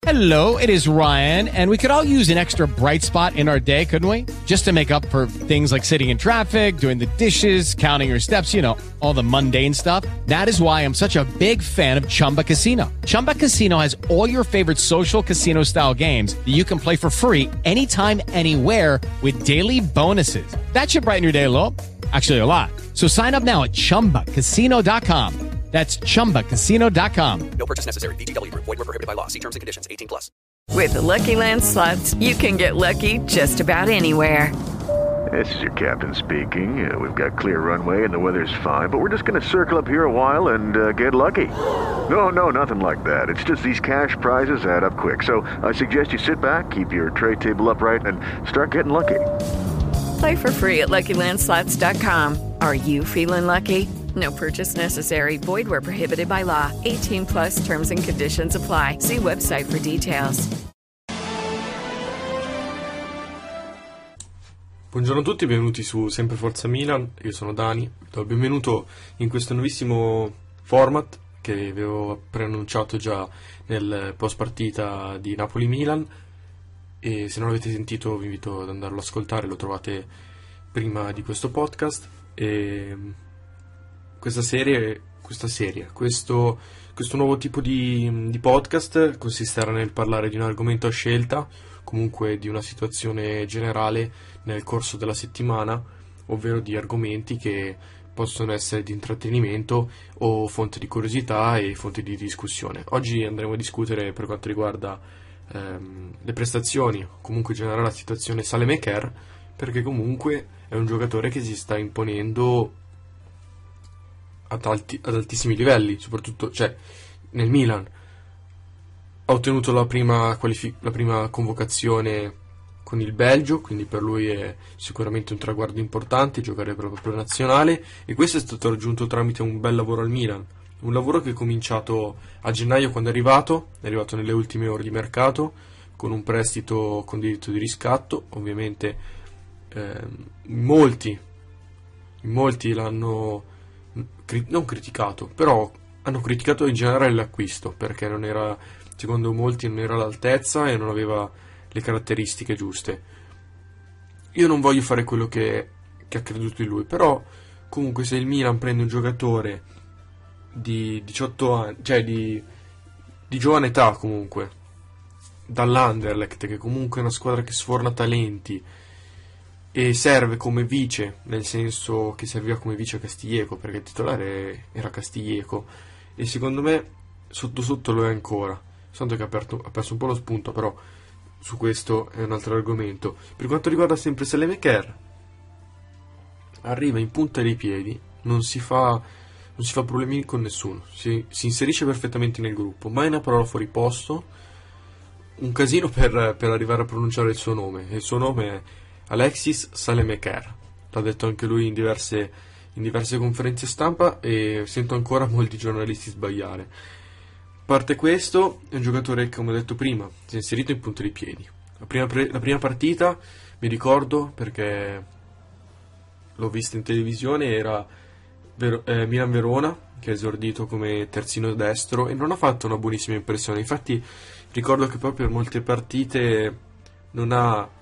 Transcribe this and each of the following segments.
Hello, it is Ryan, and we could all use an extra bright spot in our day, couldn't we? Just to make up for things like sitting in traffic, doing the dishes, counting your steps, you know, all the mundane stuff. That is why I'm such a big fan of Chumba Casino. Chumba Casino has all your favorite social casino-style games that you can play for free anytime, anywhere with daily bonuses. That should brighten your day a little. Actually, a lot. So sign up now at ChumbaCasino.com. That's ChumbaCasino.com. No purchase necessary. VGW Group. Void where prohibited by law. See terms and conditions. 18+. With the Lucky Land Slots, you can get lucky just about anywhere. This is your captain speaking. We've got clear runway and the weather's fine, but we're just going to circle up here a while and get lucky. No, nothing like that. It's just these cash prizes add up quick. So I suggest you sit back, keep your tray table upright, and start getting lucky. Play for free at LuckyLandSlots.com. Are you feeling lucky? No purchase necessary. Void where prohibited by law. 18+ terms and conditions apply. See website for details. Buongiorno a tutti, benvenuti su Sempre Forza Milan. Io sono Dani, do il benvenuto in questo nuovissimo format che vi avevo preannunciato già nel post partita di Napoli-Milan, e se non l'avete sentito vi invito ad andarlo ad ascoltare, lo trovate prima di questo podcast. E questo nuovo tipo di podcast consisterà nel parlare di un argomento a scelta, comunque di una situazione generale nel corso della settimana, ovvero di argomenti che possono essere di intrattenimento o fonte di curiosità e fonte di discussione. Oggi andremo a discutere per quanto riguarda le prestazioni, comunque in generale la situazione Saelemaekers, perché comunque è un giocatore che si sta imponendo ad altissimi livelli, soprattutto nel Milan. Ha ottenuto la prima convocazione con il Belgio, quindi per lui è sicuramente un traguardo importante giocare per la propria nazionale, e questo è stato raggiunto tramite un bel lavoro al Milan, un lavoro che è cominciato a gennaio quando è arrivato nelle ultime ore di mercato con un prestito con diritto di riscatto. Ovviamente molti l'hanno non criticato, però hanno criticato in generale l'acquisto, perché secondo molti non era all'altezza e non aveva le caratteristiche giuste. Io non voglio fare quello che ha creduto in lui, però comunque se il Milan prende un giocatore di 18 anni, cioè di giovane età, comunque dall'Anderlecht, che comunque è una squadra che sforna talenti e serve come vice, nel senso che serviva come vice a Castillejo, perché il titolare era Castillejo, e secondo me sotto lo è ancora, tanto che ha perso un po' lo spunto, però su questo è un altro argomento. Per quanto riguarda sempre Saelemaekers, arriva in punta dei piedi, non si fa problemi con nessuno, si inserisce perfettamente nel gruppo, mai una parola fuori posto, un casino per arrivare a pronunciare il suo nome, e il suo nome è Alexis Saelemaekers. L'ha detto anche lui in diverse conferenze stampa, e sento ancora molti giornalisti sbagliare. A parte questo, è un giocatore che, come ho detto prima, si è inserito in punta di piedi. La prima partita, mi ricordo, perché l'ho vista in televisione, era Milan-Verona, che ha esordito come terzino destro e non ha fatto una buonissima impressione. Infatti ricordo che proprio per molte partite non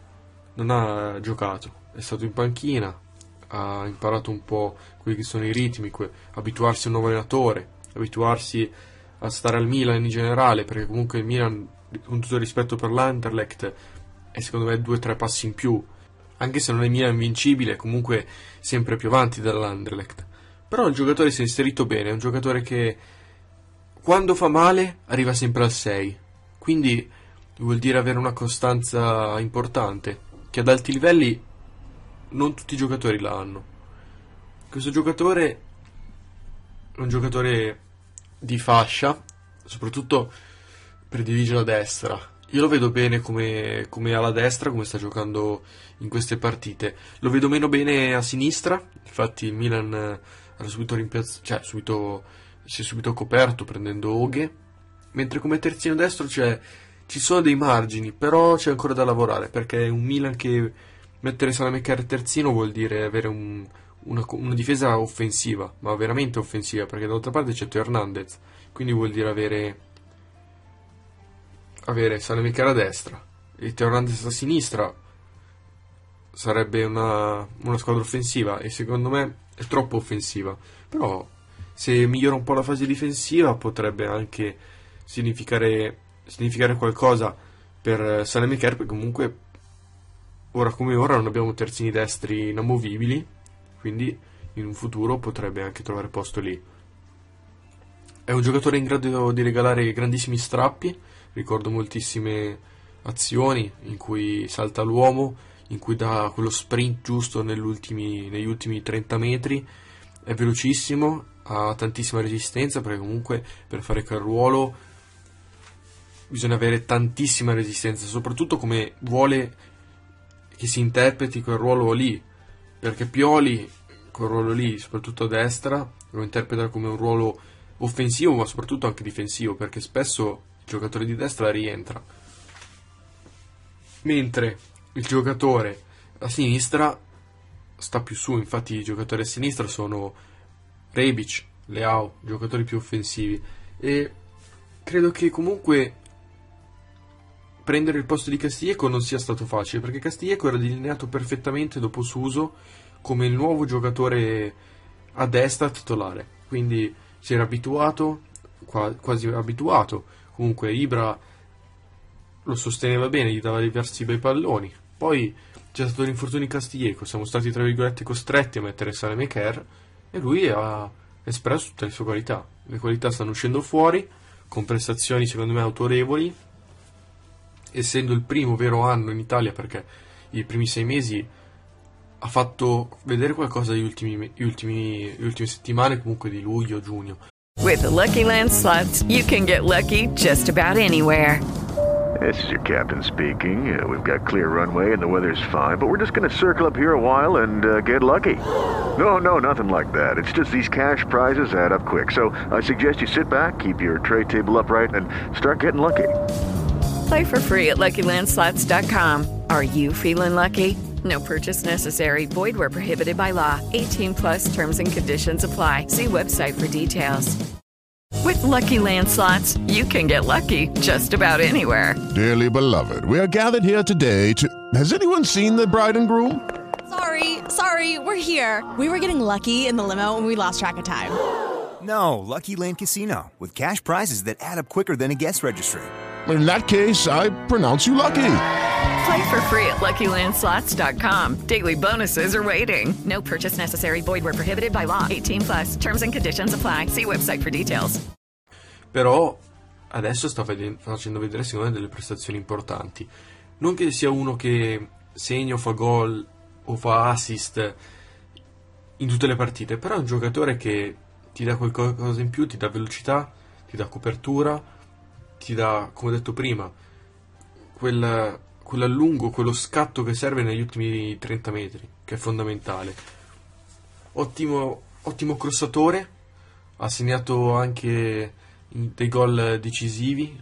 ha giocato, è stato in panchina, ha imparato un po' quelli che sono i ritmi, abituarsi a un nuovo allenatore, abituarsi a stare al Milan in generale, perché comunque il Milan, con tutto il rispetto per l'Anderlecht, è secondo me 2-3 passi in più, anche se non è Milan invincibile, comunque sempre più avanti dall'Anderlecht. Però il giocatore si è inserito bene, è un giocatore che quando fa male arriva sempre al 6, quindi vuol dire avere una costanza importante, che ad alti livelli non tutti i giocatori la hanno. Questo giocatore è un giocatore di fascia, soprattutto predilige la destra. Io lo vedo bene come alla destra, come sta giocando in queste partite. Lo vedo meno bene a sinistra, infatti il Milan era subito si è subito coperto prendendo Oghe, mentre come terzino destro ci sono dei margini, però c'è ancora da lavorare, perché è un Milan che mettere Saelemaekers terzino vuol dire avere una difesa offensiva, ma veramente offensiva, perché dall'altra parte c'è Teo Hernandez, quindi vuol dire avere avere Saelemaekers a destra e Theo Hernandez a sinistra sarebbe una squadra offensiva, e secondo me è troppo offensiva. Però se migliora un po' la fase difensiva potrebbe anche significare qualcosa per Saelemaekers, perché comunque ora come ora non abbiamo terzini destri inamovibili, quindi in un futuro potrebbe anche trovare posto lì. È un giocatore in grado di regalare grandissimi strappi, ricordo moltissime azioni in cui salta l'uomo, in cui dà quello sprint giusto negli ultimi 30 metri, è velocissimo, ha tantissima resistenza, perché comunque per fare quel ruolo bisogna avere tantissima resistenza, soprattutto come vuole che si interpreti quel ruolo lì, perché Pioli quel ruolo lì, soprattutto a destra, lo interpreta come un ruolo offensivo ma soprattutto anche difensivo, perché spesso il giocatore di destra rientra, mentre il giocatore a sinistra sta più su. Infatti i giocatori a sinistra sono Rebic, Leao, giocatori più offensivi, e credo che comunque prendere il posto di Castillejo non sia stato facile, perché Castillejo era delineato perfettamente dopo Suso come il nuovo giocatore a destra titolare, quindi si era abituato, quasi abituato. Comunque Ibra lo sosteneva bene, gli dava diversi bei palloni. Poi c'è stato l'infortunio di Castillejo, siamo stati tra virgolette costretti a mettere Saelemaekers e lui ha espresso tutte le sue qualità. Le qualità stanno uscendo fuori con prestazioni secondo me autorevoli, essendo il primo vero anno in Italia, perché i primi 6 mesi ha fatto vedere qualcosa degli ultime settimane, comunque di luglio, giugno. With the Lucky Land Slots, you can get lucky just about anywhere. This is your captain speaking. We've got clear runway and the weather's fine, but we're just going to circle up here a while and get lucky. No, nothing like that. It's just these cash prizes add up quick. So I suggest you sit back, keep your tray table upright, and start getting lucky. Play for free at LuckyLandSlots.com. Are you feeling lucky? No purchase necessary. Void where prohibited by law. 18 plus terms and conditions apply. See website for details. With Lucky Land Slots, you can get lucky just about anywhere. Dearly beloved, we are gathered here today to... Has anyone seen the bride and groom? Sorry, we're here. We were getting lucky in the limo and we lost track of time. No, Lucky Land Casino, with cash prizes that add up quicker than a guest registry. In that case, I pronounce you lucky. Play for free at LuckyLandSlots.com. Daily bonuses are waiting. No purchase necessary. Void where prohibited by law. 18 plus. Terms and conditions apply. See website for details. Però adesso sta facendo vedere secondo me delle prestazioni importanti. Non che sia uno che segna o fa gol o fa assist in tutte le partite, però è un giocatore che ti dà qualcosa in più, ti dà velocità, ti dà copertura, ti dà, come ho detto prima, quell'allungo, quello scatto che serve negli ultimi 30 metri, che è fondamentale. Ottimo crossatore, ha segnato anche dei gol decisivi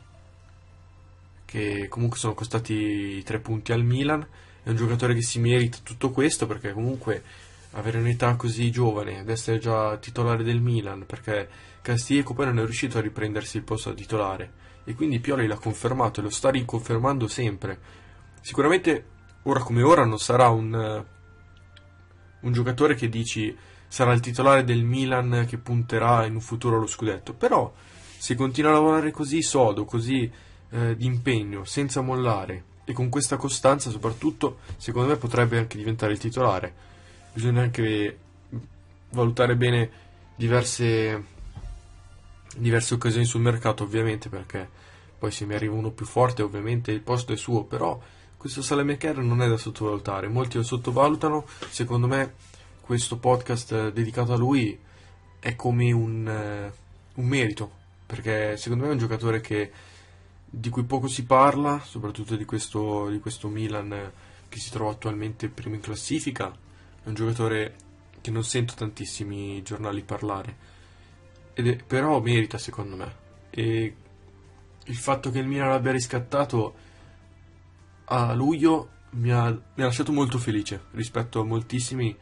che comunque sono costati 3 punti al Milan. È un giocatore che si merita tutto questo, perché comunque avere un'età così giovane ed essere già titolare del Milan, perché Castillejo poi non è riuscito a riprendersi il posto da titolare e quindi Pioli l'ha confermato e lo sta riconfermando sempre. Sicuramente ora come ora non sarà un giocatore che dici sarà il titolare del Milan che punterà in un futuro allo scudetto, però se continua a lavorare così sodo, così di impegno, senza mollare e con questa costanza soprattutto, secondo me potrebbe anche diventare il titolare. Bisogna anche valutare bene diverse occasioni sul mercato, ovviamente, perché poi se mi arriva uno più forte ovviamente il posto è suo, però questo Saelemaekers non è da sottovalutare, molti lo sottovalutano. Secondo me questo podcast dedicato a lui è come un merito, perché secondo me è un giocatore di cui poco si parla, soprattutto di questo Milan che si trova attualmente primo in classifica. È un giocatore che non sento tantissimi giornali parlare, però merita secondo me, e il fatto che il Milan l'abbia riscattato a luglio mi ha lasciato molto felice rispetto a moltissimi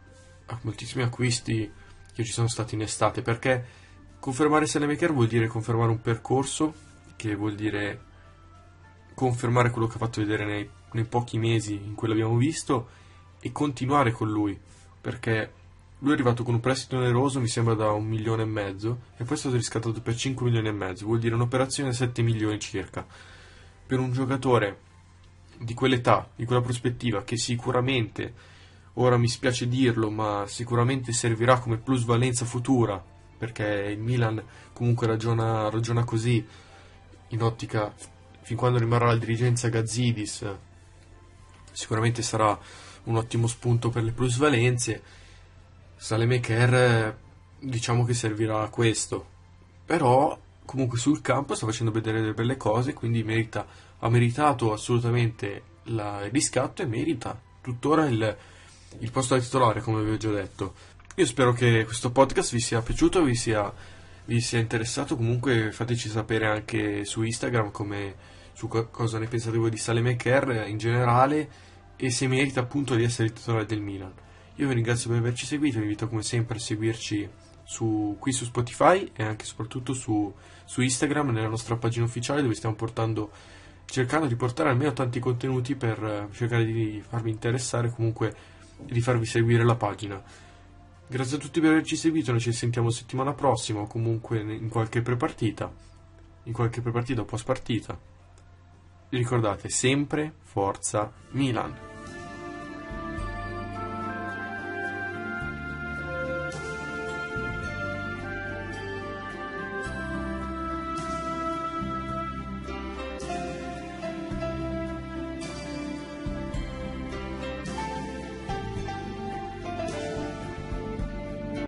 acquisti che ci sono stati in estate, perché confermare Saelemaekers vuol dire confermare un percorso, che vuol dire confermare quello che ha fatto vedere nei pochi mesi in cui l'abbiamo visto e continuare con lui, perché lui è arrivato con un prestito oneroso, mi sembra da 1,5 milioni, e poi è stato riscattato per 5,5 milioni, vuol dire un'operazione da 7 milioni circa. Per un giocatore di quell'età, di quella prospettiva, che sicuramente, ora mi spiace dirlo, ma sicuramente servirà come plusvalenza futura, perché il Milan comunque ragiona così, in ottica, fin quando rimarrà la dirigenza Gazidis, sicuramente sarà un ottimo spunto per le plusvalenze. Salemaker diciamo che servirà a questo, però comunque sul campo sta facendo vedere delle belle cose, quindi ha meritato assolutamente il riscatto e merita tuttora il posto da titolare, come vi ho già detto. Io spero che questo podcast vi sia piaciuto, vi sia interessato. Comunque fateci sapere anche su Instagram cosa ne pensate voi di Salemaker in generale e se merita appunto di essere il titolare del Milan. Io vi ringrazio per averci seguito, vi invito come sempre a seguirci qui su Spotify e anche soprattutto su Instagram, nella nostra pagina ufficiale, dove stiamo cercando di portare almeno tanti contenuti per cercare di farvi interessare, comunque di farvi seguire la pagina. Grazie a tutti per averci seguito, noi ci sentiamo settimana prossima o comunque in qualche prepartita o post partita. Vi ricordate sempre Forza Milan.